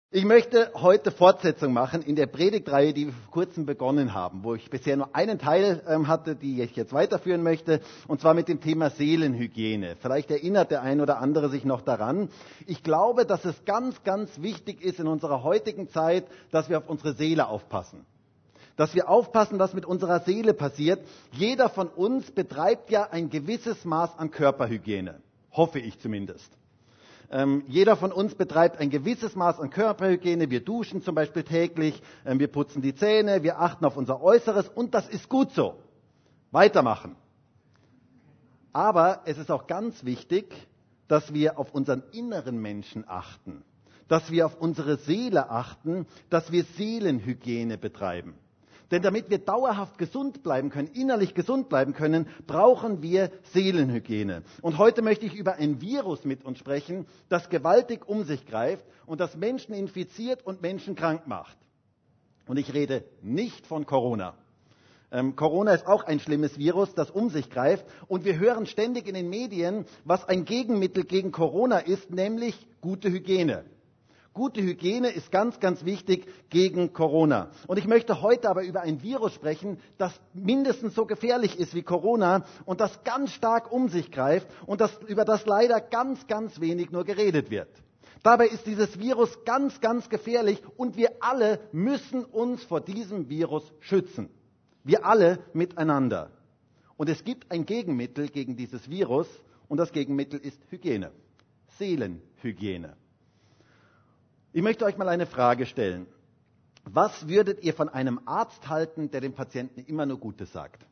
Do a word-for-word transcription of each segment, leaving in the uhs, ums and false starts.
Ich möchte heute Fortsetzung machen in der Predigtreihe, die wir vor kurzem begonnen haben, wo ich bisher nur einen Teil ähm, hatte, die ich jetzt weiterführen möchte, und zwar mit dem Thema Seelenhygiene. Vielleicht erinnert der ein oder andere sich noch daran. Ich glaube, dass es ganz, ganz wichtig ist in unserer heutigen Zeit, dass wir auf unsere Seele aufpassen. Dass wir aufpassen, was mit unserer Seele passiert. Jeder von uns betreibt ja ein gewisses Maß an Körperhygiene. Hoffe ich zumindest. Ähm, jeder von uns betreibt ein gewisses Maß an Körperhygiene. Wir duschen zum Beispiel täglich, ähm, wir putzen die Zähne, wir achten auf unser Äußeres und das ist gut so. Weitermachen. Aber es ist auch ganz wichtig, dass wir auf unseren inneren Menschen achten, dass wir auf unsere Seele achten, dass wir Seelenhygiene betreiben. Denn damit wir dauerhaft gesund bleiben können, innerlich gesund bleiben können, brauchen wir Seelenhygiene. Und heute möchte ich über ein Virus mit uns sprechen, das gewaltig um sich greift und das Menschen infiziert und Menschen krank macht. Und ich rede nicht von Corona. Ähm, Corona ist auch ein schlimmes Virus, das um sich greift. Und wir hören ständig in den Medien, was ein Gegenmittel gegen Corona ist, nämlich gute Hygiene. Gute Hygiene ist ganz, ganz wichtig gegen Corona. Und ich möchte heute aber über ein Virus sprechen, das mindestens so gefährlich ist wie Corona und das ganz stark um sich greift und das, über das leider ganz, ganz wenig nur geredet wird. Dabei ist dieses Virus ganz, ganz gefährlich und wir alle müssen uns vor diesem Virus schützen. Wir alle miteinander. Und es gibt ein Gegenmittel gegen dieses Virus und das Gegenmittel ist Hygiene. Seelenhygiene. Ich möchte euch mal eine Frage stellen. Was würdet ihr von einem Arzt halten, der dem Patienten immer nur Gutes sagt?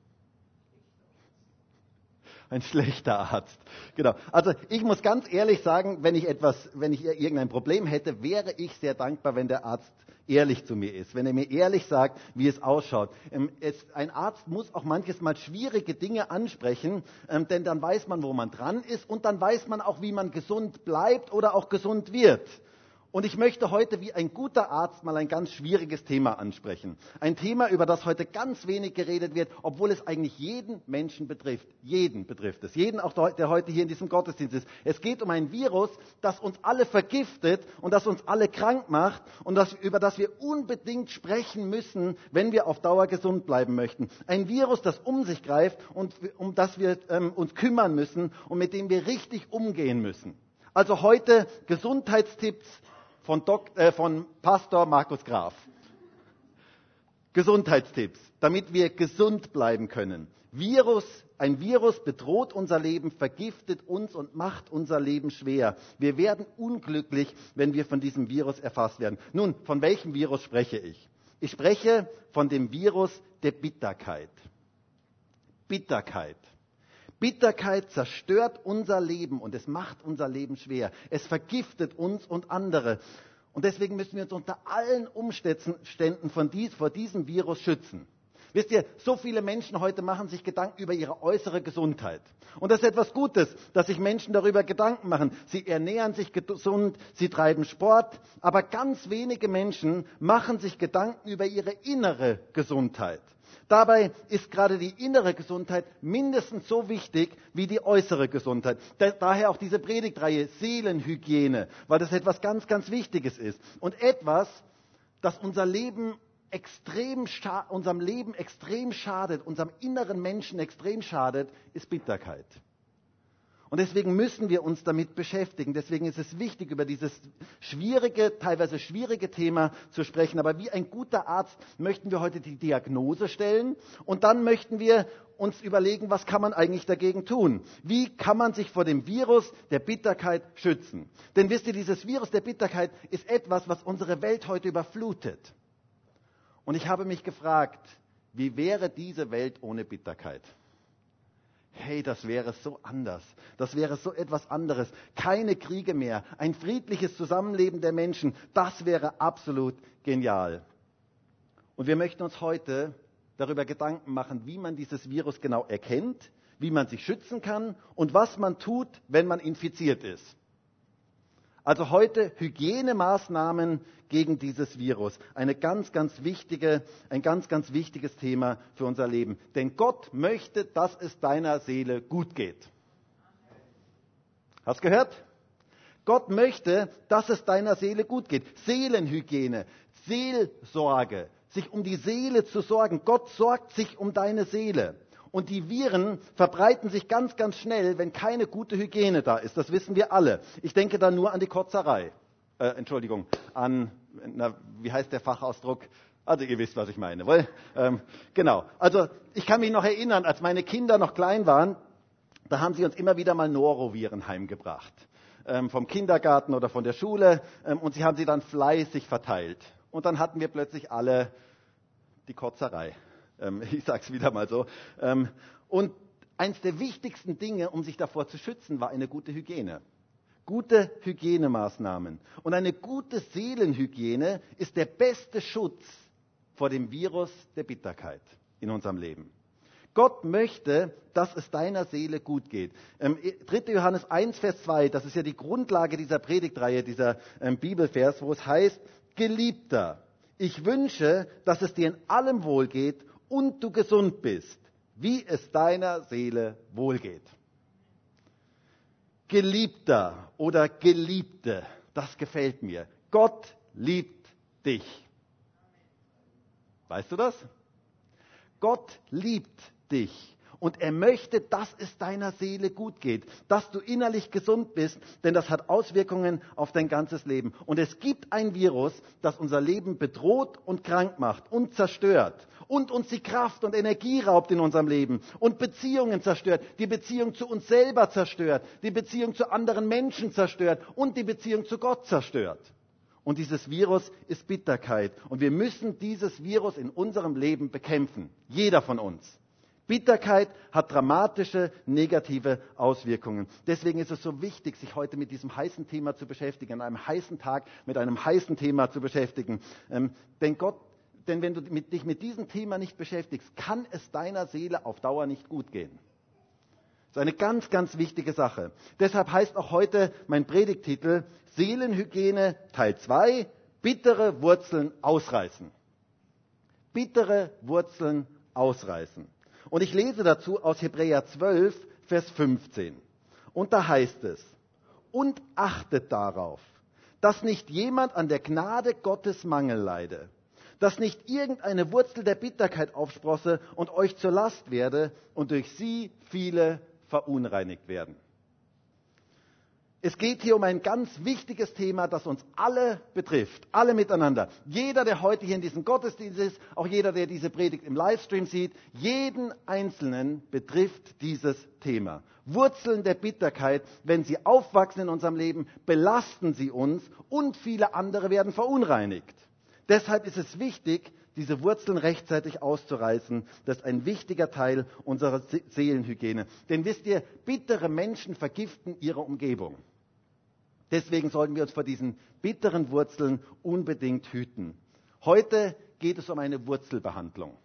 Ein schlechter Arzt. Genau. Also ich muss ganz ehrlich sagen, wenn ich etwas, wenn ich irgendein Problem hätte, wäre ich sehr dankbar, wenn der Arzt ehrlich zu mir ist, wenn er mir ehrlich sagt, wie es ausschaut. Es, ein Arzt muss auch manches Mal schwierige Dinge ansprechen, ähm, denn dann weiß man, wo man dran ist und dann weiß man auch, wie man gesund bleibt oder auch gesund wird. Und ich möchte heute wie ein guter Arzt mal ein ganz schwieriges Thema ansprechen. Ein Thema, über das heute ganz wenig geredet wird, obwohl es eigentlich jeden Menschen betrifft. Jeden betrifft es. Jeden auch, der heute hier in diesem Gottesdienst ist. Es geht um ein Virus, das uns alle vergiftet und das uns alle krank macht und das, über das wir unbedingt sprechen müssen, wenn wir auf Dauer gesund bleiben möchten. Ein Virus, das um sich greift und um das wir ähm, uns kümmern müssen und mit dem wir richtig umgehen müssen. Also heute Gesundheitstipps Von, Dok- äh, von Pastor Markus Graf. Gesundheitstipps, damit wir gesund bleiben können. Virus, ein Virus bedroht unser Leben, vergiftet uns und macht unser Leben schwer. Wir werden unglücklich, wenn wir von diesem Virus erfasst werden. Nun, von welchem Virus spreche ich? Ich spreche von dem Virus der Bitterkeit. Bitterkeit. Bitterkeit zerstört unser Leben und es macht unser Leben schwer. Es vergiftet uns und andere. Und deswegen müssen wir uns unter allen Umständen von dies, vor diesem Virus schützen. Wisst ihr, so viele Menschen heute machen sich Gedanken über ihre äußere Gesundheit. Und das ist etwas Gutes, dass sich Menschen darüber Gedanken machen. Sie ernähren sich gesund, sie treiben Sport, aber ganz wenige Menschen machen sich Gedanken über ihre innere Gesundheit. Dabei ist gerade die innere Gesundheit mindestens so wichtig wie die äußere Gesundheit. Daher auch diese Predigtreihe Seelenhygiene, weil das etwas ganz, ganz Wichtiges ist. Und etwas, das unser Leben extrem, unserem Leben extrem schadet, unserem inneren Menschen extrem schadet, ist Bitterkeit. Und deswegen müssen wir uns damit beschäftigen. Deswegen ist es wichtig, über dieses schwierige, teilweise schwierige Thema zu sprechen. Aber wie ein guter Arzt möchten wir heute die Diagnose stellen und dann möchten wir uns überlegen, was kann man eigentlich dagegen tun? Wie kann man sich vor dem Virus der Bitterkeit schützen? Denn wisst ihr, dieses Virus der Bitterkeit ist etwas, was unsere Welt heute überflutet. Und ich habe mich gefragt, wie wäre diese Welt ohne Bitterkeit? Hey, das wäre so anders. Das wäre so etwas anderes. Keine Kriege mehr. Ein friedliches Zusammenleben der Menschen. Das wäre absolut genial. Und wir möchten uns heute darüber Gedanken machen, wie man dieses Virus genau erkennt, wie man sich schützen kann und was man tut, wenn man infiziert ist. Also heute Hygienemaßnahmen gegen dieses Virus. Eine ganz, ganz wichtige, ein ganz, ganz wichtiges Thema für unser Leben. Denn Gott möchte, dass es deiner Seele gut geht. Hast gehört? Gott möchte, dass es deiner Seele gut geht. Seelenhygiene, Seelsorge, sich um die Seele zu sorgen. Gott sorgt sich um deine Seele. Und die Viren verbreiten sich ganz, ganz schnell, wenn keine gute Hygiene da ist. Das wissen wir alle. Ich denke da nur an die Kotzerei. Äh, Entschuldigung, an, na, wie heißt der Fachausdruck? Also ihr wisst, was ich meine. Weil, ähm, genau. Also ich kann mich noch erinnern, als meine Kinder noch klein waren, da haben sie uns immer wieder mal Noroviren heimgebracht. Ähm, vom Kindergarten oder von der Schule. Ähm, und sie haben sie dann fleißig verteilt. Und dann hatten wir plötzlich alle die Kotzerei. Ähm, ich sage es wieder mal so. Ähm, und eines der wichtigsten Dinge, um sich davor zu schützen, war eine gute Hygiene. Gute Hygienemaßnahmen. Und eine gute Seelenhygiene ist der beste Schutz vor dem Virus der Bitterkeit in unserem Leben. Gott möchte, dass es deiner Seele gut geht. Ähm, dritter Johannes eins, Vers zwei, das ist ja die Grundlage dieser Predigtreihe, dieser ähm, Bibelvers, wo es heißt, Geliebter, ich wünsche, dass es dir in allem wohlgeht und du gesund bist, wie es deiner Seele wohlgeht. Geliebter oder Geliebte, das gefällt mir. Gott liebt dich. Weißt du das? Gott liebt dich. Und er möchte, dass es deiner Seele gut geht, dass du innerlich gesund bist, denn das hat Auswirkungen auf dein ganzes Leben. Und es gibt ein Virus, das unser Leben bedroht und krank macht und zerstört und uns die Kraft und Energie raubt in unserem Leben und Beziehungen zerstört, die Beziehung zu uns selber zerstört, die Beziehung zu anderen Menschen zerstört und die Beziehung zu Gott zerstört. Und dieses Virus ist Bitterkeit. Und wir müssen dieses Virus in unserem Leben bekämpfen. Jeder von uns. Bitterkeit hat dramatische negative Auswirkungen. Deswegen ist es so wichtig, sich heute mit diesem heißen Thema zu beschäftigen, an einem heißen Tag mit einem heißen Thema zu beschäftigen. Ähm, denn Gott, denn wenn du mit, dich mit diesem Thema nicht beschäftigst, kann es deiner Seele auf Dauer nicht gut gehen. Das ist eine ganz, ganz wichtige Sache. Deshalb heißt auch heute mein Predigttitel Seelenhygiene Teil zwei, bittere Wurzeln ausreißen. Bittere Wurzeln ausreißen. Und ich lese dazu aus Hebräer zwölf, Vers fünfzehn. Und da heißt es, und achtet darauf, dass nicht jemand an der Gnade Gottes Mangel leide, dass nicht irgendeine Wurzel der Bitterkeit aufsprosse und euch zur Last werde und durch sie viele verunreinigt werden. Es geht hier um ein ganz wichtiges Thema, das uns alle betrifft, alle miteinander. Jeder, der heute hier in diesem Gottesdienst ist, auch jeder, der diese Predigt im Livestream sieht, jeden Einzelnen betrifft dieses Thema. Wurzeln der Bitterkeit, wenn sie aufwachsen in unserem Leben, belasten sie uns und viele andere werden verunreinigt. Deshalb ist es wichtig, diese Wurzeln rechtzeitig auszureißen. Das ist ein wichtiger Teil unserer Seelenhygiene. Denn wisst ihr, bittere Menschen vergiften ihre Umgebung. Deswegen sollten wir uns vor diesen bitteren Wurzeln unbedingt hüten. Heute geht es um eine Wurzelbehandlung.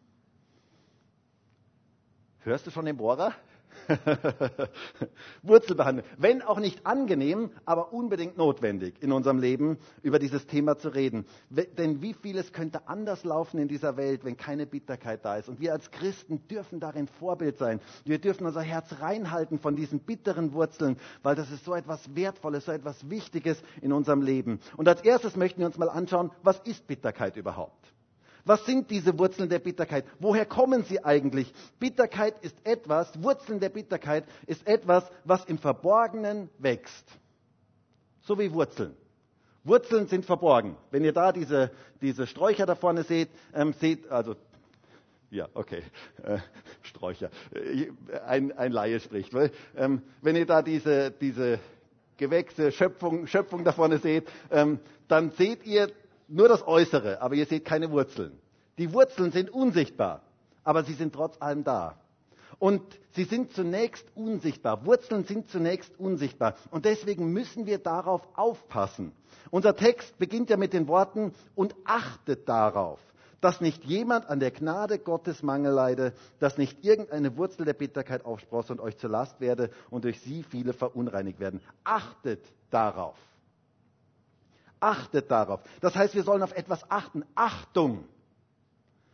Hörst du schon den Bohrer? Wurzelbehandlung. Wenn auch nicht angenehm, aber unbedingt notwendig in unserem Leben, über dieses Thema zu reden. Denn wie vieles könnte anders laufen in dieser Welt, wenn keine Bitterkeit da ist. Und wir als Christen dürfen darin Vorbild sein. Wir dürfen unser Herz reinhalten von diesen bitteren Wurzeln, weil das ist so etwas Wertvolles, so etwas Wichtiges in unserem Leben. Und als erstes möchten wir uns mal anschauen, was ist Bitterkeit überhaupt? Was sind diese Wurzeln der Bitterkeit? Woher kommen sie eigentlich? Bitterkeit ist etwas, Wurzeln der Bitterkeit ist etwas, was im Verborgenen wächst. So wie Wurzeln. Wurzeln sind verborgen. Wenn ihr da diese, diese Sträucher da vorne seht, ähm, seht, also, ja, okay, äh, Sträucher, äh, ein, ein Laie spricht. Weil, ähm, wenn ihr da diese, diese Gewächse, Schöpfung, Schöpfung da vorne seht, ähm, dann seht ihr nur das Äußere, aber ihr seht keine Wurzeln. Die Wurzeln sind unsichtbar, aber sie sind trotz allem da. Und sie sind zunächst unsichtbar. Wurzeln sind zunächst unsichtbar. Und deswegen müssen wir darauf aufpassen. Unser Text beginnt ja mit den Worten, und achtet darauf, dass nicht jemand an der Gnade Gottes Mangel leide, dass nicht irgendeine Wurzel der Bitterkeit aufsprosse und euch zur Last werde und durch sie viele verunreinigt werden. Achtet darauf. Achtet darauf. Das heißt, wir sollen auf etwas achten. Achtung.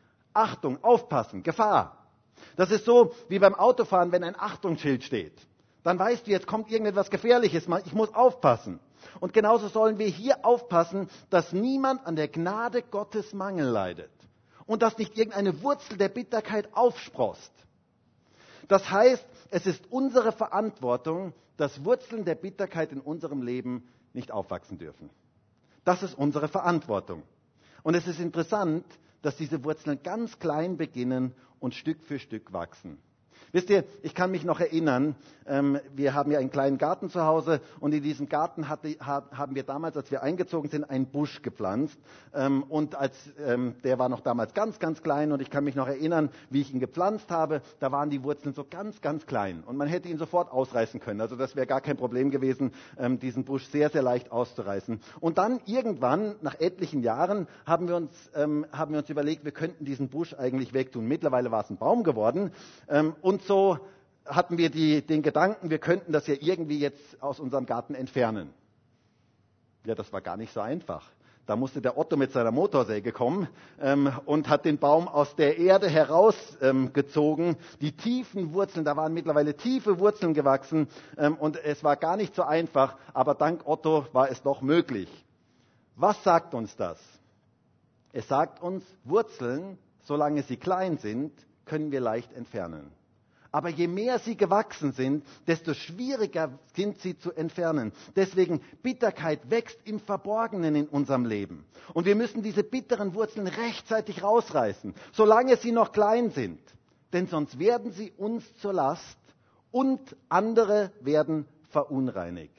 Achtung, aufpassen, Gefahr. Das ist so wie beim Autofahren, wenn ein Achtungsschild steht. dann weißt du, jetzt kommt irgendetwas Gefährliches, ich muss aufpassen. Und genauso sollen wir hier aufpassen, dass niemand an der Gnade Gottes Mangel leidet und dass nicht irgendeine Wurzel der Bitterkeit aufsproßt. Das heißt, es ist unsere Verantwortung, dass Wurzeln der Bitterkeit in unserem Leben nicht aufwachsen dürfen. Das ist unsere Verantwortung. Und es ist interessant, dass diese Wurzeln ganz klein beginnen und Stück für Stück wachsen. Wisst ihr, ich kann mich noch erinnern, ähm, wir haben ja einen kleinen Garten zu Hause und in diesem Garten hatte, ha, haben wir damals, als wir eingezogen sind, einen Busch gepflanzt. Ähm, und als, ähm, der war noch damals ganz, ganz klein und ich kann mich noch erinnern, wie ich ihn gepflanzt habe, da waren die Wurzeln so ganz, ganz klein und man hätte ihn sofort ausreißen können. Also das wäre gar kein Problem gewesen, ähm, diesen Busch sehr, sehr leicht auszureißen. Und dann irgendwann, nach etlichen Jahren, haben wir uns, ähm, haben wir uns überlegt, wir könnten diesen Busch eigentlich wegtun. Mittlerweile war es ein Baum geworden ähm, und so hatten wir die, den Gedanken, wir könnten das ja irgendwie jetzt aus unserem Garten entfernen. Ja, das war gar nicht so einfach. Da musste der Otto mit seiner Motorsäge kommen ähm, und hat den Baum aus der Erde herausgezogen. Ähm, die tiefen Wurzeln, da waren mittlerweile tiefe Wurzeln gewachsen ähm, und es war gar nicht so einfach, aber dank Otto war es doch möglich. Was sagt uns das? Es sagt uns, Wurzeln, solange sie klein sind, können wir leicht entfernen. Aber je mehr sie gewachsen sind, desto schwieriger sind sie zu entfernen. Deswegen, Bitterkeit wächst im Verborgenen in unserem Leben. Und wir müssen diese bitteren Wurzeln rechtzeitig rausreißen, solange sie noch klein sind. Denn sonst werden sie uns zur Last und andere werden verunreinigt.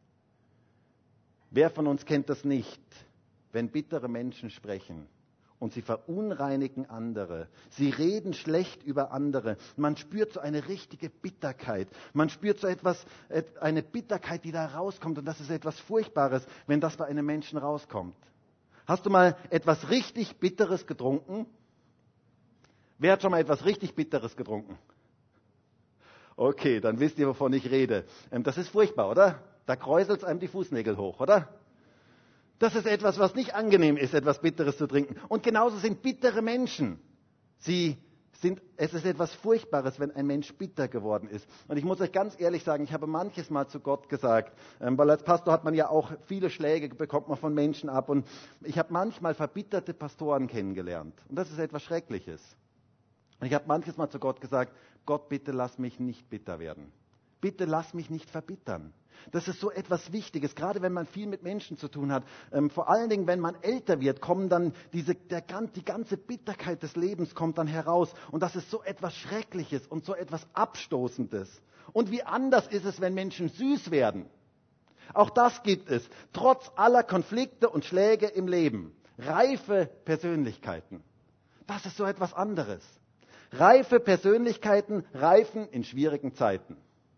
Wer von uns kennt das nicht, wenn bittere Menschen sprechen? Und sie verunreinigen andere. Sie reden schlecht über andere. Man spürt so eine richtige Bitterkeit. Man spürt so etwas, eine Bitterkeit, die da rauskommt. Und das ist etwas Furchtbares, wenn das bei einem Menschen rauskommt. Hast du mal etwas richtig Bitteres getrunken? Wer hat schon mal etwas richtig Bitteres getrunken? Okay, dann wisst ihr, wovon ich rede. Das ist furchtbar, oder? Da kräuselt es einem die Fußnägel hoch, oder? Das ist etwas, was nicht angenehm ist, etwas Bitteres zu trinken. Und genauso sind bittere Menschen. Sie sind, es ist etwas Furchtbares, wenn ein Mensch bitter geworden ist. Und ich muss euch ganz ehrlich sagen, ich habe manches Mal zu Gott gesagt, ähm, weil als Pastor hat man ja auch viele Schläge, bekommt man von Menschen ab. Und ich habe manchmal verbitterte Pastoren kennengelernt. Und das ist etwas Schreckliches. Und ich habe manches Mal zu Gott gesagt, Gott, bitte lass mich nicht bitter werden. Bitte lass mich nicht verbittern. Das ist so etwas Wichtiges, gerade wenn man viel mit Menschen zu tun hat. Ähm, vor allen Dingen, wenn man älter wird, kommen dann diese, der, die ganze Bitterkeit des Lebens kommt dann heraus. Und das ist so etwas Schreckliches und so etwas Abstoßendes. Und wie anders ist es, wenn Menschen süß werden? Auch das gibt es, trotz aller Konflikte und Schläge im Leben. Reife Persönlichkeiten. Das ist so etwas anderes. Reife Persönlichkeiten reifen in schwierigen Zeiten.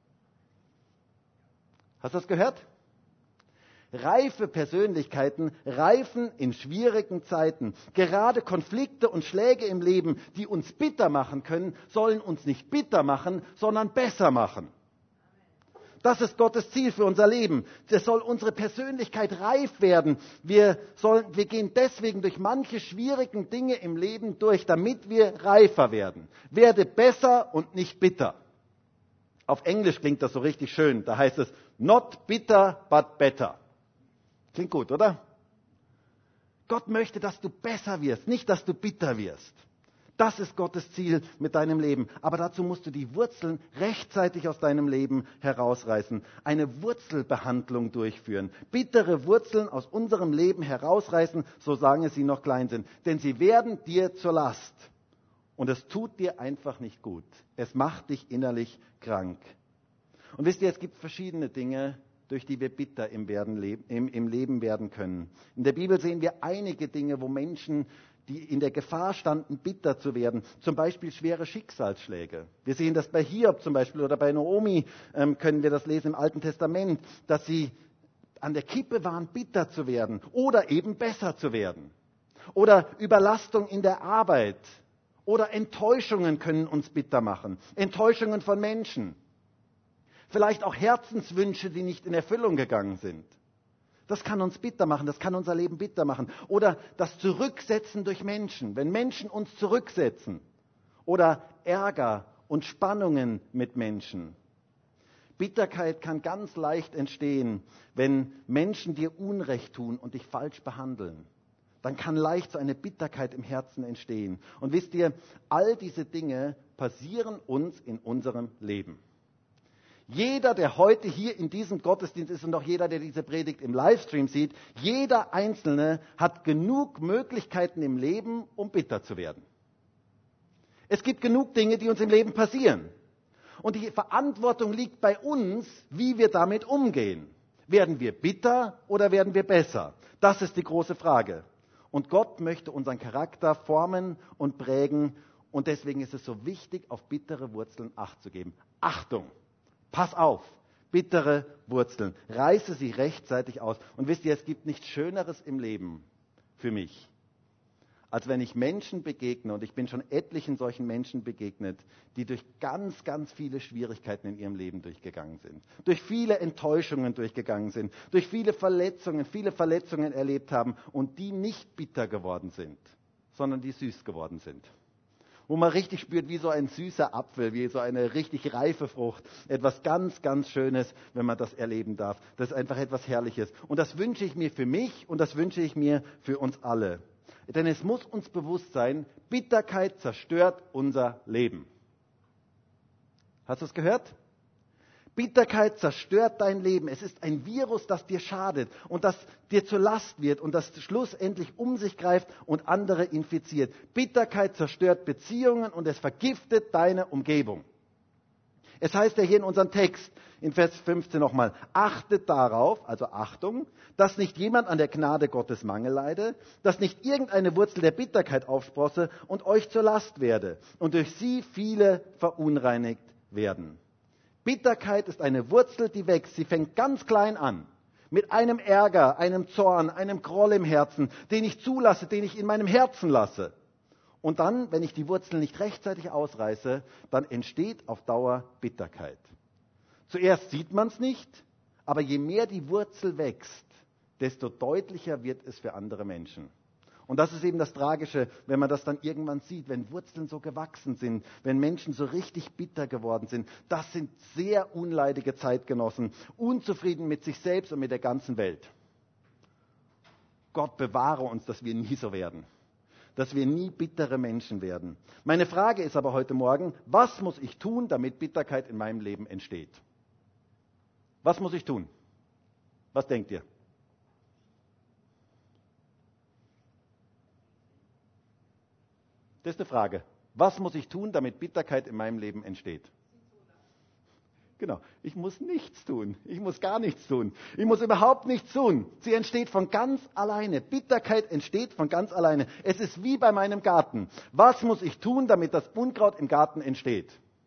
Hast du das gehört? Reife Persönlichkeiten reifen in schwierigen Zeiten. Gerade Konflikte und Schläge im Leben, die uns bitter machen können, sollen uns nicht bitter machen, sondern besser machen. Das ist Gottes Ziel für unser Leben. Es soll unsere Persönlichkeit reif werden. Wir, sollen, wir gehen deswegen durch manche schwierigen Dinge im Leben durch, damit wir reifer werden. Werde besser und nicht bitter. Auf Englisch klingt das so richtig schön. Da heißt es, not bitter, but better. Klingt gut, oder? Gott möchte, dass du besser wirst, nicht, dass du bitter wirst. Das ist Gottes Ziel mit deinem Leben. Aber dazu musst du die Wurzeln rechtzeitig aus deinem Leben herausreißen. Eine Wurzelbehandlung durchführen. Bittere Wurzeln aus unserem Leben herausreißen, solange sie noch klein sind. Denn sie werden dir zur Last. Und es tut dir einfach nicht gut. Es macht dich innerlich krank. Und wisst ihr, es gibt verschiedene Dinge, durch die wir bitter im, werden, im, im Leben werden können. In der Bibel sehen wir einige Dinge, wo Menschen, die in der Gefahr standen, bitter zu werden. Zum Beispiel schwere Schicksalsschläge. Wir sehen das bei Hiob zum Beispiel oder bei Naomi, ähm, können wir das lesen im Alten Testament, dass sie an der Kippe waren, bitter zu werden oder eben besser zu werden. Oder Überlastung in der Arbeit. Oder Enttäuschungen können uns bitter machen. Enttäuschungen von Menschen. Vielleicht auch Herzenswünsche, die nicht in Erfüllung gegangen sind. Das kann uns bitter machen, das kann unser Leben bitter machen. Oder das Zurücksetzen durch Menschen, wenn Menschen uns zurücksetzen. Oder Ärger und Spannungen mit Menschen. Bitterkeit kann ganz leicht entstehen, wenn Menschen dir Unrecht tun und dich falsch behandeln. Dann kann leicht so eine Bitterkeit im Herzen entstehen. Und wisst ihr, all diese Dinge passieren uns in unserem Leben. Jeder, der heute hier in diesem Gottesdienst ist und auch jeder, der diese Predigt im Livestream sieht, jeder Einzelne hat genug Möglichkeiten im Leben, um bitter zu werden. Es gibt genug Dinge, die uns im Leben passieren. Und die Verantwortung liegt bei uns, wie wir damit umgehen. Werden wir bitter oder werden wir besser? Das ist die große Frage. Und Gott möchte unseren Charakter formen und prägen. Und deswegen ist es so wichtig, auf bittere Wurzeln Acht zu geben. Achtung! Pass auf! Bittere Wurzeln. Reiße sie rechtzeitig aus. Und wisst ihr, es gibt nichts Schöneres im Leben für mich, als wenn ich Menschen begegne, und ich bin schon etlichen solchen Menschen begegnet, die durch ganz, ganz viele Schwierigkeiten in ihrem Leben durchgegangen sind, durch viele Enttäuschungen durchgegangen sind, durch viele Verletzungen, viele Verletzungen erlebt haben und die nicht bitter geworden sind, sondern die süß geworden sind. Wo man richtig spürt, wie so ein süßer Apfel, wie so eine richtig reife Frucht. Etwas ganz, ganz Schönes, wenn man das erleben darf. Das ist einfach etwas Herrliches. Und das wünsche ich mir für mich und das wünsche ich mir für uns alle. Denn es muss uns bewusst sein, Bitterkeit zerstört unser Leben. Hast du es gehört? Bitterkeit zerstört dein Leben. Es ist ein Virus, das dir schadet und das dir zur Last wird und das schlussendlich um sich greift und andere infiziert. Bitterkeit zerstört Beziehungen und es vergiftet deine Umgebung. Es heißt ja hier in unserem Text, in Vers fünfzehn nochmal, achtet darauf, also Achtung, dass nicht jemand an der Gnade Gottes Mangel leide, dass nicht irgendeine Wurzel der Bitterkeit aufsprosse und euch zur Last werde und durch sie viele verunreinigt werden. Bitterkeit ist eine Wurzel, die wächst. Sie fängt ganz klein an. Mit einem Ärger, einem Zorn, einem Groll im Herzen, den ich zulasse, den ich in meinem Herzen lasse. Und dann, wenn ich die Wurzel nicht rechtzeitig ausreiße, dann entsteht auf Dauer Bitterkeit. Zuerst sieht man es nicht, aber je mehr die Wurzel wächst, desto deutlicher wird es für andere Menschen. Und das ist eben das Tragische, wenn man das dann irgendwann sieht, wenn Wurzeln so gewachsen sind, wenn Menschen so richtig bitter geworden sind. Das sind sehr unleidige Zeitgenossen, unzufrieden mit sich selbst und mit der ganzen Welt. Gott bewahre uns, dass wir nie so werden, dass wir nie bittere Menschen werden. Meine Frage ist aber heute Morgen, was muss ich tun, damit Bitterkeit in meinem Leben entsteht? Was muss ich tun? Was denkt ihr? Das ist eine Frage. Was muss ich tun, damit Bitterkeit in meinem Leben entsteht? Genau. Ich muss nichts tun. Ich muss gar nichts tun. Ich muss überhaupt nichts tun. Sie entsteht von ganz alleine. Bitterkeit entsteht von ganz alleine. Es ist wie bei meinem Garten. Was muss ich tun, damit das Unkraut im Garten entsteht?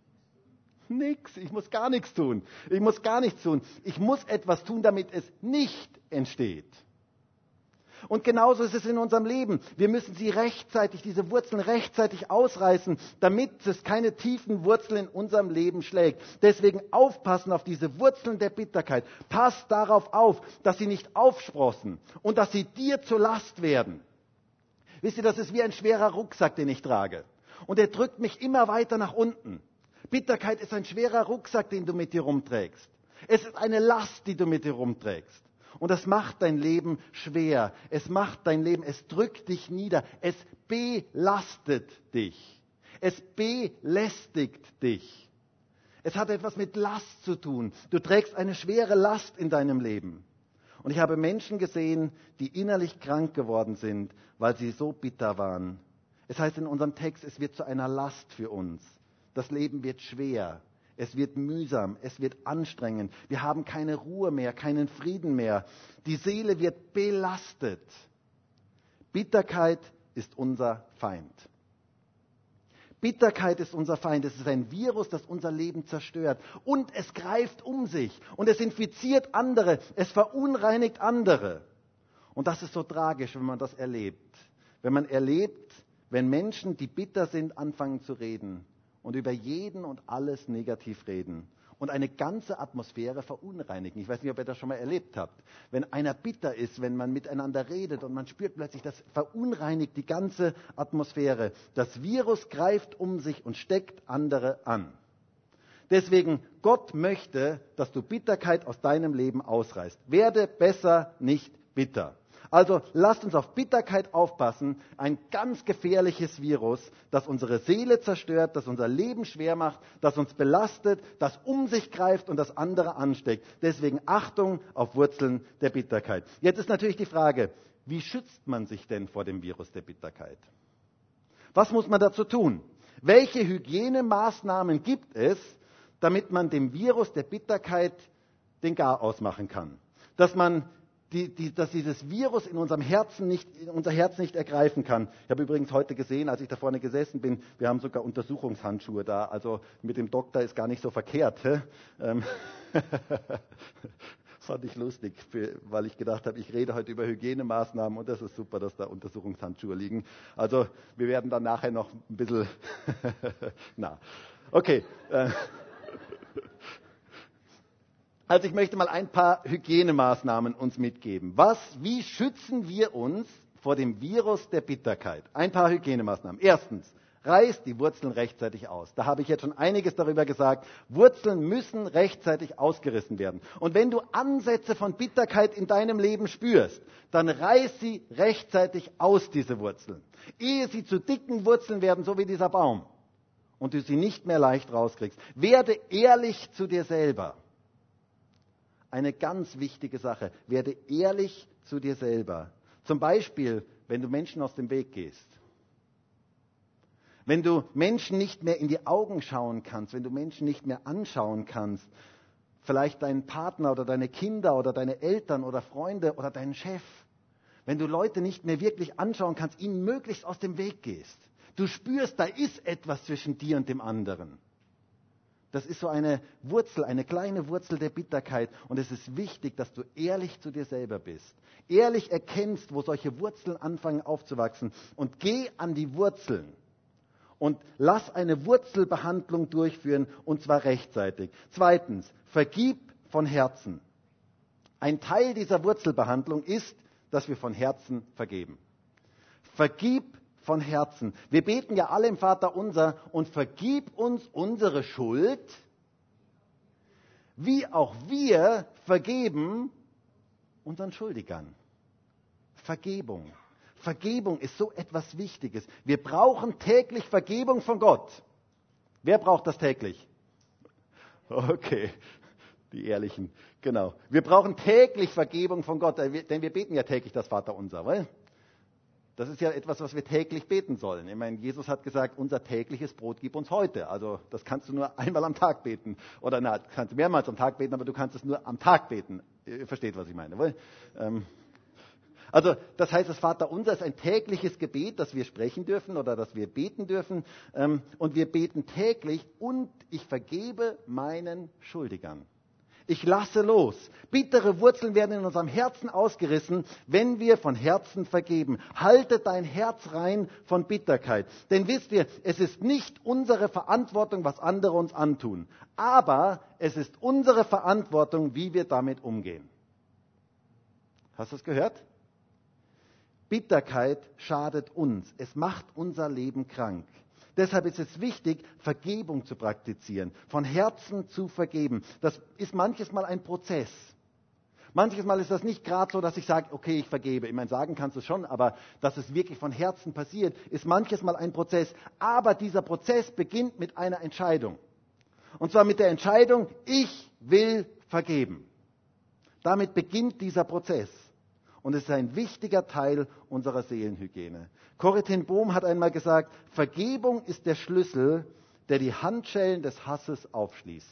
Nix. Ich muss gar nichts tun. Ich muss gar nichts tun. Ich muss etwas tun, damit es nicht entsteht. Und genauso ist es in unserem Leben. Wir müssen sie rechtzeitig, diese Wurzeln rechtzeitig ausreißen, damit es keine tiefen Wurzeln in unserem Leben schlägt. Deswegen aufpassen auf diese Wurzeln der Bitterkeit. Pass darauf auf, dass sie nicht aufsprossen und dass sie dir zur Last werden. Wisst ihr, das ist wie ein schwerer Rucksack, den ich trage. Und er drückt mich immer weiter nach unten. Bitterkeit ist ein schwerer Rucksack, den du mit dir rumträgst. Es ist eine Last, die du mit dir rumträgst. Und das macht dein Leben schwer. Es macht dein Leben, es drückt dich nieder. Es belastet dich. Es belästigt dich. Es hat etwas mit Last zu tun. Du trägst eine schwere Last in deinem Leben. Und ich habe Menschen gesehen, die innerlich krank geworden sind, weil sie so bitter waren. Es heißt in unserem Text, es wird zu einer Last für uns. Das Leben wird schwer. Es wird mühsam, es wird anstrengend. Wir haben keine Ruhe mehr, keinen Frieden mehr. Die Seele wird belastet. Bitterkeit ist unser Feind. Bitterkeit ist unser Feind. Es ist ein Virus, das unser Leben zerstört. Und es greift um sich. Und es infiziert andere. Es verunreinigt andere. Und das ist so tragisch, wenn man das erlebt. Wenn man erlebt, wenn Menschen, die bitter sind, anfangen zu reden. Und über jeden und alles negativ reden und eine ganze Atmosphäre verunreinigen. Ich weiß nicht, ob ihr das schon mal erlebt habt. Wenn einer bitter ist, wenn man miteinander redet und man spürt plötzlich, das verunreinigt die ganze Atmosphäre. Das Virus greift um sich und steckt andere an. Deswegen, Gott möchte, dass du Bitterkeit aus deinem Leben ausreißt. Werde besser nicht bitter. Also lasst uns auf Bitterkeit aufpassen, ein ganz gefährliches Virus, das unsere Seele zerstört, das unser Leben schwer macht, das uns belastet, das um sich greift und das andere ansteckt. Deswegen Achtung auf Wurzeln der Bitterkeit. Jetzt ist natürlich die Frage, wie schützt man sich denn vor dem Virus der Bitterkeit? Was muss man dazu tun? Welche Hygienemaßnahmen gibt es, damit man dem Virus der Bitterkeit den Garaus machen kann? Dass man Die, die, dass dieses Virus in unserem Herzen nicht, in unser Herz nicht ergreifen kann. Ich habe übrigens heute gesehen, als ich da vorne gesessen bin, wir haben sogar Untersuchungshandschuhe da. Also mit dem Doktor ist gar nicht so verkehrt. Ähm Fand ich lustig, für, weil ich gedacht habe, ich rede heute über Hygienemaßnahmen und das ist super, dass da Untersuchungshandschuhe liegen. Also wir werden dann nachher noch ein bisschen... Na, okay. Äh Also ich möchte mal ein paar Hygienemaßnahmen uns mitgeben. Was, wie schützen wir uns vor dem Virus der Bitterkeit? Ein paar Hygienemaßnahmen. Erstens, reiß die Wurzeln rechtzeitig aus. Da habe ich jetzt schon einiges darüber gesagt. Wurzeln müssen rechtzeitig ausgerissen werden. Und wenn du Ansätze von Bitterkeit in deinem Leben spürst, dann reiß sie rechtzeitig aus, diese Wurzeln. Ehe sie zu dicken Wurzeln werden, so wie dieser Baum, und du sie nicht mehr leicht rauskriegst. Werde ehrlich zu dir selber. Eine ganz wichtige Sache. Werde ehrlich zu dir selber. Zum Beispiel, wenn du Menschen aus dem Weg gehst. Wenn du Menschen nicht mehr in die Augen schauen kannst, wenn du Menschen nicht mehr anschauen kannst, vielleicht deinen Partner oder deine Kinder oder deine Eltern oder Freunde oder deinen Chef. Wenn du Leute nicht mehr wirklich anschauen kannst, ihnen möglichst aus dem Weg gehst. Du spürst, da ist etwas zwischen dir und dem anderen. Das ist so eine Wurzel, eine kleine Wurzel der Bitterkeit. Und es ist wichtig, dass du ehrlich zu dir selber bist. Ehrlich erkennst, wo solche Wurzeln anfangen aufzuwachsen. Und geh an die Wurzeln. Und lass eine Wurzelbehandlung durchführen, und zwar rechtzeitig. Zweitens, vergib von Herzen. Ein Teil dieser Wurzelbehandlung ist, dass wir von Herzen vergeben. Vergib von Herzen. Wir beten ja alle im Vaterunser und vergib uns unsere Schuld, wie auch wir vergeben unseren Schuldigern. Vergebung. Vergebung ist so etwas Wichtiges. Wir brauchen täglich Vergebung von Gott. Wer braucht das täglich? Okay, die Ehrlichen, genau. Wir brauchen täglich Vergebung von Gott, denn wir beten ja täglich das Vaterunser, weil das ist ja etwas, was wir täglich beten sollen. Ich meine, Jesus hat gesagt, unser tägliches Brot gib uns heute. Also das kannst du nur einmal am Tag beten. Oder na, kannst du mehrmals am Tag beten, aber du kannst es nur am Tag beten. Ihr versteht, was ich meine. Weil, ähm, also das heißt, das Vaterunser ist ein tägliches Gebet, das wir sprechen dürfen oder das wir beten dürfen. Ähm, und wir beten täglich und ich vergebe meinen Schuldigern. Ich lasse los. Bittere Wurzeln werden in unserem Herzen ausgerissen, wenn wir von Herzen vergeben. Halte dein Herz rein von Bitterkeit. Denn wisst ihr, es ist nicht unsere Verantwortung, was andere uns antun. Aber es ist unsere Verantwortung, wie wir damit umgehen. Hast du es gehört? Bitterkeit schadet uns. Es macht unser Leben krank. Deshalb ist es wichtig, Vergebung zu praktizieren, von Herzen zu vergeben. Das ist manches Mal ein Prozess. Manches Mal ist das nicht gerade so, dass ich sage, okay, ich vergebe. Ich meine, sagen kannst du es schon, aber dass es wirklich von Herzen passiert, ist manches Mal ein Prozess. Aber dieser Prozess beginnt mit einer Entscheidung. Und zwar mit der Entscheidung, ich will vergeben. Damit beginnt dieser Prozess. Und es ist ein wichtiger Teil unserer Seelenhygiene. Corrie ten Boom hat einmal gesagt, Vergebung ist der Schlüssel, der die Handschellen des Hasses aufschließt.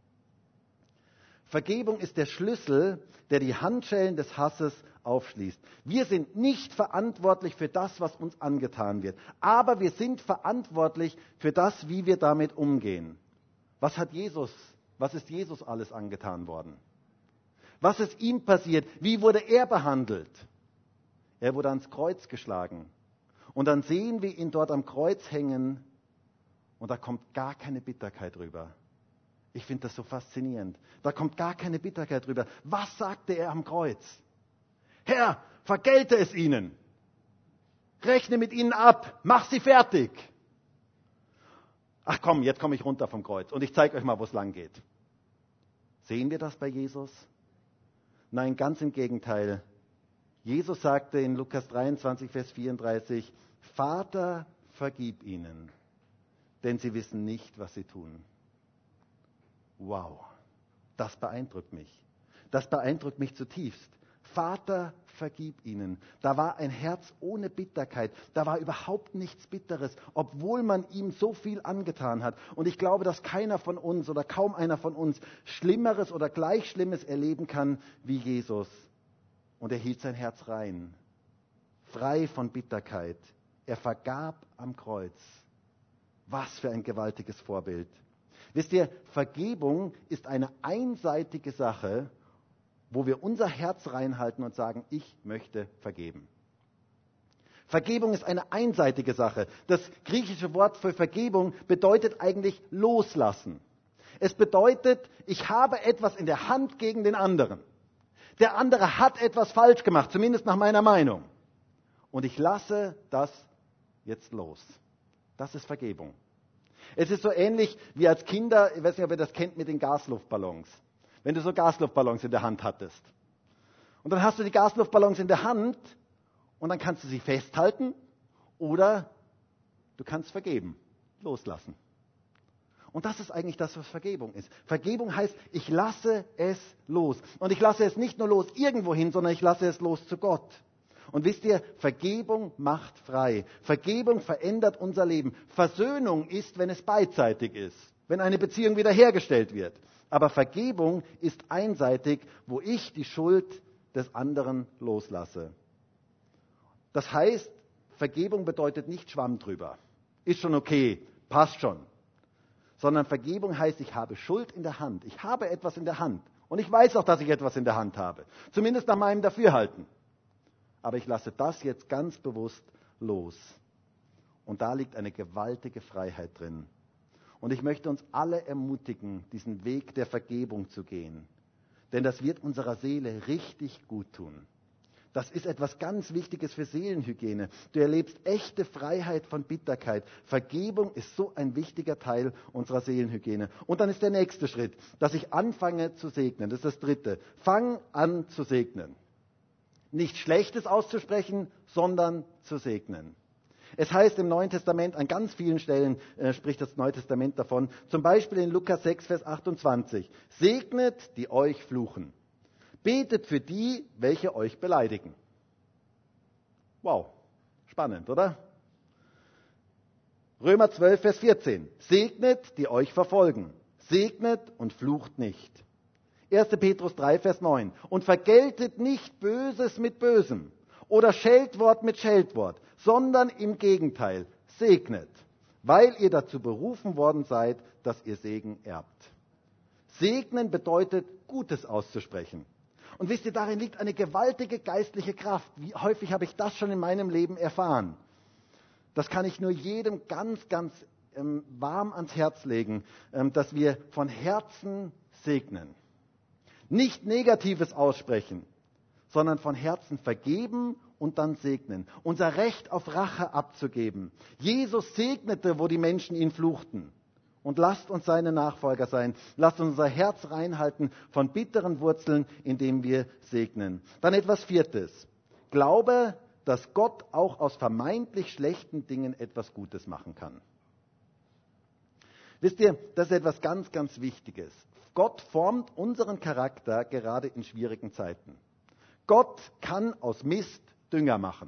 Vergebung ist der Schlüssel, der die Handschellen des Hasses aufschließt. Wir sind nicht verantwortlich für das, was uns angetan wird. Aber wir sind verantwortlich für das, wie wir damit umgehen. Was hat Jesus, was ist Jesus alles angetan worden? Was ist ihm passiert? Wie wurde er behandelt? Er wurde ans Kreuz geschlagen. Und dann sehen wir ihn dort am Kreuz hängen und da kommt gar keine Bitterkeit rüber. Ich finde das so faszinierend. Da kommt gar keine Bitterkeit rüber. Was sagte er am Kreuz? Herr, vergelte es ihnen. Rechne mit ihnen ab. Mach sie fertig. Ach komm, jetzt komme ich runter vom Kreuz und ich zeige euch mal, wo es lang geht. Sehen wir das bei Jesus? Nein, ganz im Gegenteil. Jesus sagte in Lukas dreiundzwanzig, Vers vierunddreißig, Vater, vergib ihnen, denn sie wissen nicht, was sie tun. Wow, das beeindruckt mich. Das beeindruckt mich zutiefst. Vater, vergib ihnen. Da war ein Herz ohne Bitterkeit. Da war überhaupt nichts Bitteres, obwohl man ihm so viel angetan hat. Und ich glaube, dass keiner von uns oder kaum einer von uns Schlimmeres oder gleich Schlimmes erleben kann wie Jesus. Und er hielt sein Herz rein, frei von Bitterkeit. Er vergab am Kreuz. Was für ein gewaltiges Vorbild. Wisst ihr, Vergebung ist eine einseitige Sache, wo wir unser Herz reinhalten und sagen, ich möchte vergeben. Vergebung ist eine einseitige Sache. Das griechische Wort für Vergebung bedeutet eigentlich loslassen. Es bedeutet, ich habe etwas in der Hand gegen den anderen. Der andere hat etwas falsch gemacht, zumindest nach meiner Meinung. Und ich lasse das jetzt los. Das ist Vergebung. Es ist so ähnlich wie als Kinder, ich weiß nicht, ob ihr das kennt mit den Gasluftballons. Wenn du so Gasluftballons in der Hand hattest. Und dann hast du die Gasluftballons in der Hand und dann kannst du sie festhalten oder du kannst vergeben, loslassen. Und das ist eigentlich das, was Vergebung ist. Vergebung heißt, ich lasse es los. Und ich lasse es nicht nur los irgendwohin, sondern ich lasse es los zu Gott. Und wisst ihr, Vergebung macht frei. Vergebung verändert unser Leben. Versöhnung ist, wenn es beidseitig ist, wenn eine Beziehung wiederhergestellt wird. Aber Vergebung ist einseitig, wo ich die Schuld des anderen loslasse. Das heißt, Vergebung bedeutet nicht Schwamm drüber. Ist schon okay, passt schon. Sondern Vergebung heißt, ich habe Schuld in der Hand. Ich habe etwas in der Hand. Und ich weiß auch, dass ich etwas in der Hand habe. Zumindest nach meinem Dafürhalten. Aber ich lasse das jetzt ganz bewusst los. Und da liegt eine gewaltige Freiheit drin. Und ich möchte uns alle ermutigen, diesen Weg der Vergebung zu gehen. Denn das wird unserer Seele richtig gut tun. Das ist etwas ganz Wichtiges für Seelenhygiene. Du erlebst echte Freiheit von Bitterkeit. Vergebung ist so ein wichtiger Teil unserer Seelenhygiene. Und dann ist der nächste Schritt, dass ich anfange zu segnen. Das ist das dritte. Fang an zu segnen. Nicht Schlechtes auszusprechen, sondern zu segnen. Es heißt im Neuen Testament, an ganz vielen Stellen äh, spricht das Neue Testament davon, zum Beispiel in Lukas sechs, Vers achtundzwanzig. Segnet, die euch fluchen. Betet für die, welche euch beleidigen. Wow, spannend, oder? Römer zwölf, Vers vierzehn. Segnet, die euch verfolgen. Segnet und flucht nicht. erster Petrus drei, Vers neun. Und vergeltet nicht Böses mit Bösem oder Scheltwort mit Scheltwort, sondern im Gegenteil, segnet, weil ihr dazu berufen worden seid, dass ihr Segen erbt. Segnen bedeutet, Gutes auszusprechen. Und wisst ihr, darin liegt eine gewaltige geistliche Kraft. Wie häufig habe ich das schon in meinem Leben erfahren? Das kann ich nur jedem ganz, ganz ähm, warm ans Herz legen, ähm, dass wir von Herzen segnen. Nicht Negatives aussprechen, sondern von Herzen vergeben und dann segnen. Unser Recht auf Rache abzugeben. Jesus segnete, wo die Menschen ihn fluchten. Und lasst uns seine Nachfolger sein. Lasst uns unser Herz reinhalten von bitteren Wurzeln, indem wir segnen. Dann etwas Viertes. Glaube, dass Gott auch aus vermeintlich schlechten Dingen etwas Gutes machen kann. Wisst ihr, das ist etwas ganz, ganz Wichtiges. Gott formt unseren Charakter gerade in schwierigen Zeiten. Gott kann aus Mist Dünger machen.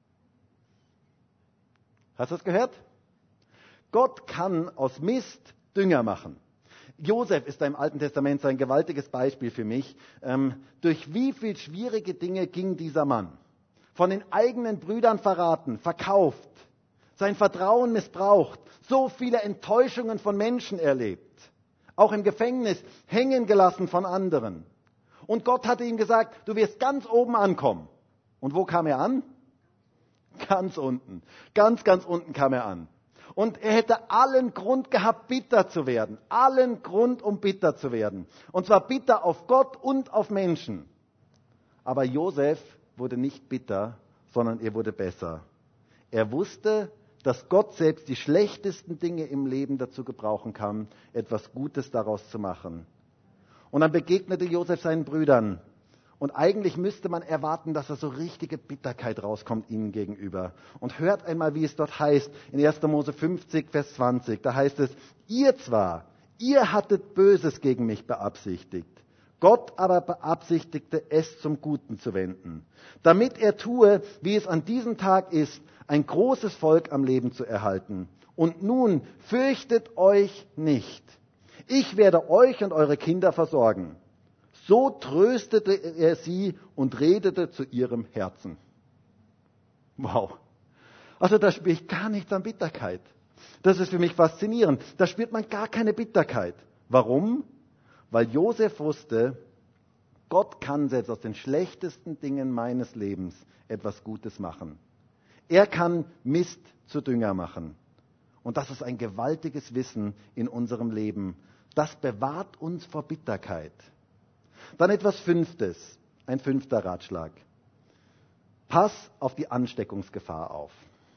Hast du das gehört? Gott kann aus Mist Dünger machen. Josef ist da im Alten Testament so ein gewaltiges Beispiel für mich. Ähm, durch wie viele schwierige Dinge ging dieser Mann? Von den eigenen Brüdern verraten, verkauft, sein Vertrauen missbraucht, so viele Enttäuschungen von Menschen erlebt. Auch im Gefängnis hängen gelassen von anderen. Und Gott hatte ihm gesagt, du wirst ganz oben ankommen. Und wo kam er an? Ganz unten. Ganz, ganz unten kam er an. Und er hätte allen Grund gehabt, bitter zu werden. Allen Grund, um bitter zu werden. Und zwar bitter auf Gott und auf Menschen. Aber Josef wurde nicht bitter, sondern er wurde besser. Er wusste, dass Gott selbst die schlechtesten Dinge im Leben dazu gebrauchen kann, etwas Gutes daraus zu machen. Und dann begegnete Josef seinen Brüdern. Und eigentlich müsste man erwarten, dass da so richtige Bitterkeit rauskommt ihnen gegenüber. Und hört einmal, wie es dort heißt, in erster Mose fünfzig, Vers zwanzig. Da heißt es, ihr zwar, ihr hattet Böses gegen mich beabsichtigt. Gott aber beabsichtigte, es zum Guten zu wenden, damit er tue, wie es an diesem Tag ist, ein großes Volk am Leben zu erhalten. Und nun fürchtet euch nicht. Ich werde euch und eure Kinder versorgen. So tröstete er sie und redete zu ihrem Herzen. Wow. Also da spüre ich gar nichts an Bitterkeit. Das ist für mich faszinierend. Da spürt man gar keine Bitterkeit. Warum? Weil Josef wusste, Gott kann selbst aus den schlechtesten Dingen meines Lebens etwas Gutes machen. Er kann Mist zu Dünger machen. Und das ist ein gewaltiges Wissen in unserem Leben. Das bewahrt uns vor Bitterkeit. Dann etwas Fünftes, ein fünfter Ratschlag. Pass auf die Ansteckungsgefahr auf.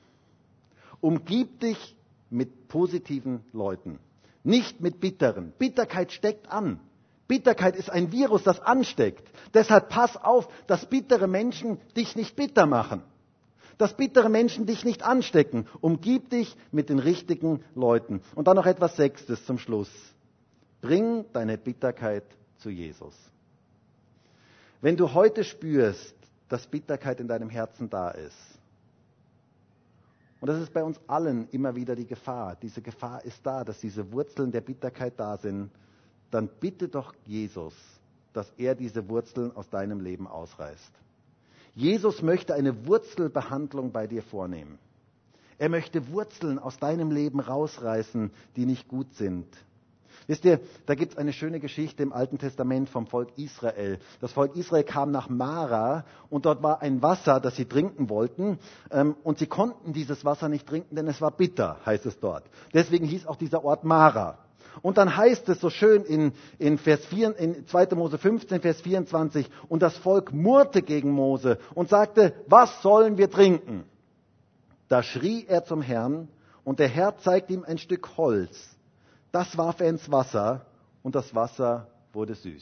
Umgib dich mit positiven Leuten, nicht mit bitteren. Bitterkeit steckt an. Bitterkeit ist ein Virus, das ansteckt. Deshalb pass auf, dass bittere Menschen dich nicht bitter machen. Dass bittere Menschen dich nicht anstecken. Umgib dich mit den richtigen Leuten. Und dann noch etwas Sechstes zum Schluss. Bring deine Bitterkeit zu Jesus. Wenn du heute spürst, dass Bitterkeit in deinem Herzen da ist, und das ist bei uns allen immer wieder die Gefahr, diese Gefahr ist da, dass diese Wurzeln der Bitterkeit da sind, dann bitte doch Jesus, dass er diese Wurzeln aus deinem Leben ausreißt. Jesus möchte eine Wurzelbehandlung bei dir vornehmen. Er möchte Wurzeln aus deinem Leben rausreißen, die nicht gut sind. Wisst ihr, da gibt es eine schöne Geschichte im Alten Testament vom Volk Israel. Das Volk Israel kam nach Mara und dort war ein Wasser, das sie trinken wollten. Ähm, und sie konnten dieses Wasser nicht trinken, denn es war bitter, heißt es dort. Deswegen hieß auch dieser Ort Mara. Und dann heißt es so schön in, in, Vers vier, in zweiter Mose fünfzehn, Vers vierundzwanzig, und das Volk murrte gegen Mose und sagte, was sollen wir trinken? Da schrie er zum Herrn und der Herr zeigte ihm ein Stück Holz. Das warf er ins Wasser und das Wasser wurde süß.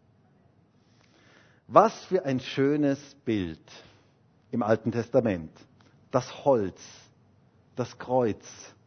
Was für ein schönes Bild im Alten Testament. Das Holz, das Kreuz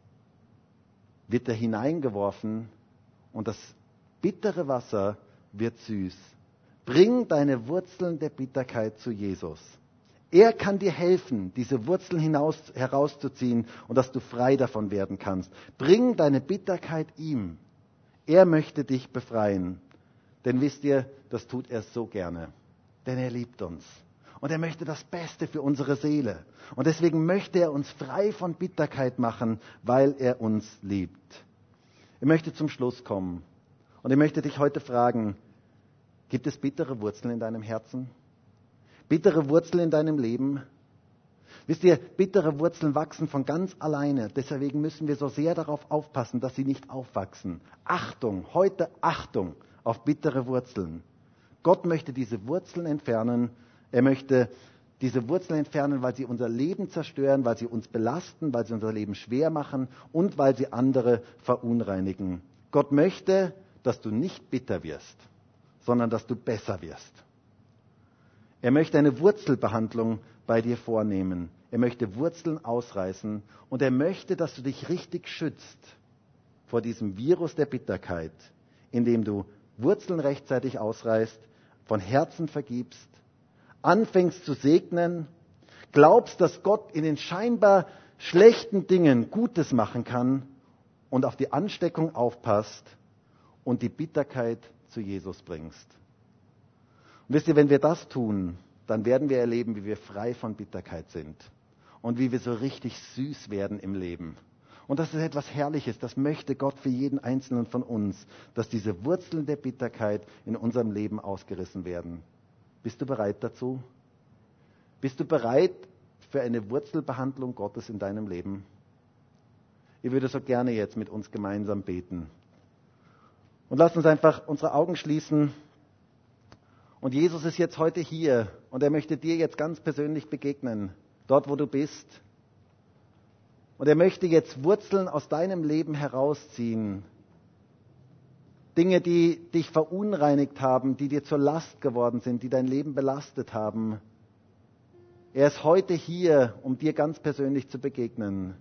wird da hineingeworfen und das bittere Wasser wird süß. Bring deine Wurzeln der Bitterkeit zu Jesus. Er kann dir helfen, diese Wurzeln hinaus, herauszuziehen und dass du frei davon werden kannst. Bring deine Bitterkeit ihm. Er möchte dich befreien. Denn wisst ihr, das tut er so gerne. Denn er liebt uns. Und er möchte das Beste für unsere Seele. Und deswegen möchte er uns frei von Bitterkeit machen, weil er uns liebt. Ich möchte zum Schluss kommen. Und ich möchte dich heute fragen, gibt es bittere Wurzeln in deinem Herzen? Bittere Wurzeln in deinem Leben? Wisst ihr, bittere Wurzeln wachsen von ganz alleine. Deswegen müssen wir so sehr darauf aufpassen, dass sie nicht aufwachsen. Achtung, heute Achtung auf bittere Wurzeln. Gott möchte diese Wurzeln entfernen. Er möchte diese Wurzeln entfernen, weil sie unser Leben zerstören, weil sie uns belasten, weil sie unser Leben schwer machen und weil sie andere verunreinigen. Gott möchte, dass du nicht bitter wirst, sondern dass du besser wirst. Er möchte eine Wurzelbehandlung bei dir vornehmen. Er möchte Wurzeln ausreißen und er möchte, dass du dich richtig schützt vor diesem Virus der Bitterkeit, indem du Wurzeln rechtzeitig ausreißt, von Herzen vergibst, anfängst zu segnen, glaubst, dass Gott in den scheinbar schlechten Dingen Gutes machen kann und auf die Ansteckung aufpasst und die Bitterkeit zu Jesus bringst. Und wisst ihr, wenn wir das tun, dann werden wir erleben, wie wir frei von Bitterkeit sind und wie wir so richtig süß werden im Leben. Und das ist etwas Herrliches, das möchte Gott für jeden Einzelnen von uns, dass diese Wurzeln der Bitterkeit in unserem Leben ausgerissen werden. Bist du bereit dazu? Bist du bereit für eine Wurzelbehandlung Gottes in deinem Leben? Ich würde so gerne jetzt mit uns gemeinsam beten. Und lass uns einfach unsere Augen schließen. Und Jesus ist jetzt heute hier und er möchte dir jetzt ganz persönlich begegnen, dort wo du bist. Und er möchte jetzt Wurzeln aus deinem Leben herausziehen. Dinge, die dich verunreinigt haben, die dir zur Last geworden sind, die dein Leben belastet haben. Er ist heute hier, um dir ganz persönlich zu begegnen.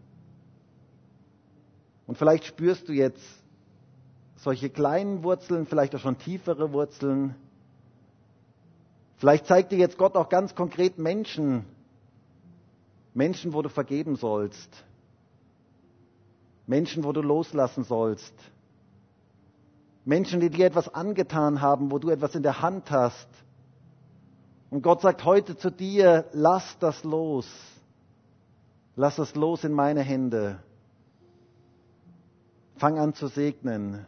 Und vielleicht spürst du jetzt solche kleinen Wurzeln, vielleicht auch schon tiefere Wurzeln. Vielleicht zeigt dir jetzt Gott auch ganz konkret Menschen, Menschen, wo du vergeben sollst. Menschen, wo du loslassen sollst. Menschen, die dir etwas angetan haben, wo du etwas in der Hand hast. Und Gott sagt heute zu dir, lass das los. Lass das los in meine Hände. Fang an zu segnen.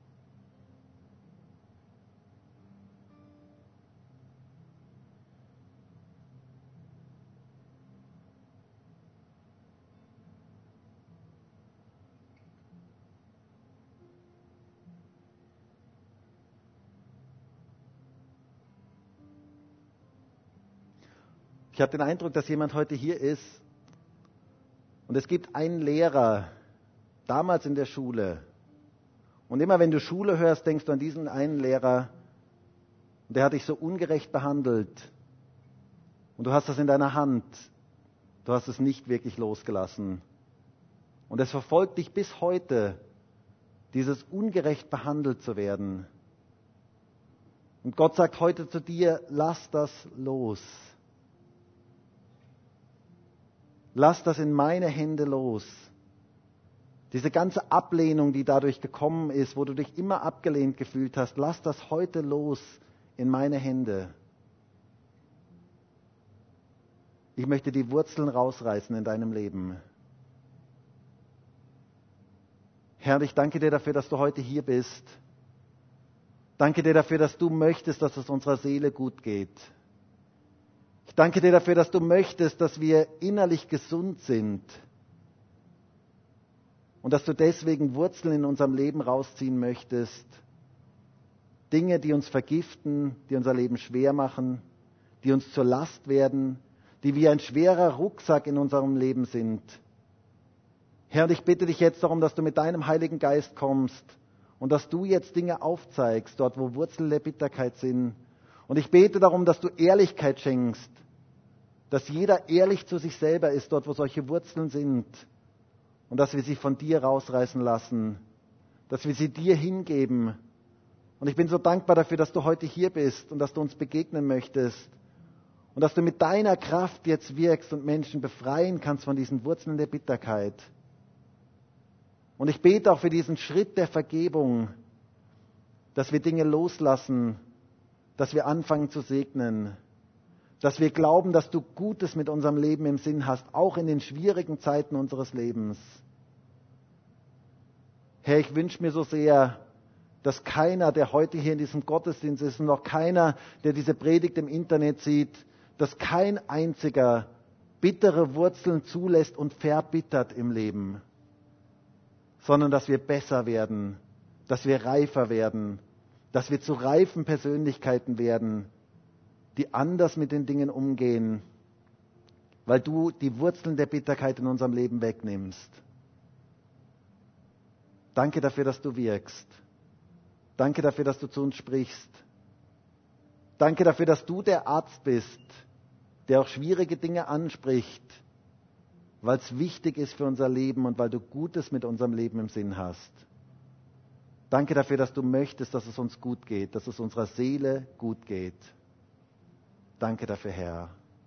Ich habe den Eindruck, dass jemand heute hier ist und es gibt einen Lehrer, damals in der Schule. Und immer wenn du Schule hörst, denkst du an diesen einen Lehrer, und der hat dich so ungerecht behandelt. Und du hast das in deiner Hand. Du hast es nicht wirklich losgelassen. Und es verfolgt dich bis heute, dieses ungerecht behandelt zu werden. Und Gott sagt heute zu dir, lass das los. Lass das in meine Hände los. Diese ganze Ablehnung, die dadurch gekommen ist, wo du dich immer abgelehnt gefühlt hast, lass das heute los in meine Hände. Ich möchte die Wurzeln rausreißen in deinem Leben. Herr, ich danke dir dafür, dass du heute hier bist. Danke dir dafür, dass du möchtest, dass es unserer Seele gut geht. Ich danke dir dafür, dass du möchtest, dass wir innerlich gesund sind. Und dass du deswegen Wurzeln in unserem Leben rausziehen möchtest. Dinge, die uns vergiften, die unser Leben schwer machen, die uns zur Last werden, die wie ein schwerer Rucksack in unserem Leben sind. Herr, und ich bitte dich jetzt darum, dass du mit deinem Heiligen Geist kommst und dass du jetzt Dinge aufzeigst, dort wo Wurzeln der Bitterkeit sind. Und ich bete darum, dass du Ehrlichkeit schenkst, dass jeder ehrlich zu sich selber ist, dort wo solche Wurzeln sind. Und dass wir sie von dir rausreißen lassen, dass wir sie dir hingeben. Und ich bin so dankbar dafür, dass du heute hier bist und dass du uns begegnen möchtest. Und dass du mit deiner Kraft jetzt wirkst und Menschen befreien kannst von diesen Wurzeln der Bitterkeit. Und ich bete auch für diesen Schritt der Vergebung, dass wir Dinge loslassen, dass wir anfangen zu segnen, dass wir glauben, dass du Gutes mit unserem Leben im Sinn hast, auch in den schwierigen Zeiten unseres Lebens. Herr, ich wünsche mir so sehr, dass keiner, der heute hier in diesem Gottesdienst ist, und auch keiner, der diese Predigt im Internet sieht, dass kein einziger bittere Wurzeln zulässt und verbittert im Leben, sondern dass wir besser werden, dass wir reifer werden, dass wir zu reifen Persönlichkeiten werden, die anders mit den Dingen umgehen, weil du die Wurzeln der Bitterkeit in unserem Leben wegnimmst. Danke dafür, dass du wirkst. Danke dafür, dass du zu uns sprichst. Danke dafür, dass du der Arzt bist, der auch schwierige Dinge anspricht, weil es wichtig ist für unser Leben und weil du Gutes mit unserem Leben im Sinn hast. Danke dafür, dass du möchtest, dass es uns gut geht, dass es unserer Seele gut geht. Danke dafür, Herr.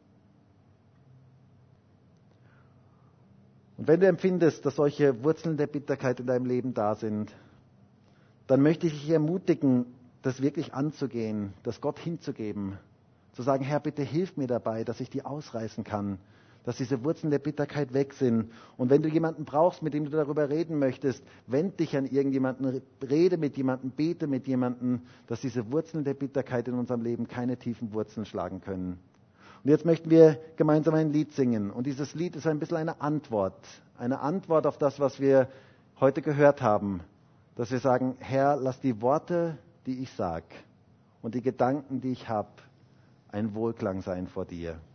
Und wenn du empfindest, dass solche Wurzeln der Bitterkeit in deinem Leben da sind, dann möchte ich dich ermutigen, das wirklich anzugehen, das Gott hinzugeben, zu sagen, Herr, bitte hilf mir dabei, dass ich die ausreißen kann, dass diese Wurzeln der Bitterkeit weg sind. Und wenn du jemanden brauchst, mit dem du darüber reden möchtest, wend dich an irgendjemanden, rede mit jemandem, bete mit jemandem, dass diese Wurzeln der Bitterkeit in unserem Leben keine tiefen Wurzeln schlagen können. Und jetzt möchten wir gemeinsam ein Lied singen. Und dieses Lied ist ein bisschen eine Antwort. Eine Antwort auf das, was wir heute gehört haben. Dass wir sagen, Herr, lass die Worte, die ich sage und die Gedanken, die ich habe, ein Wohlklang sein vor dir.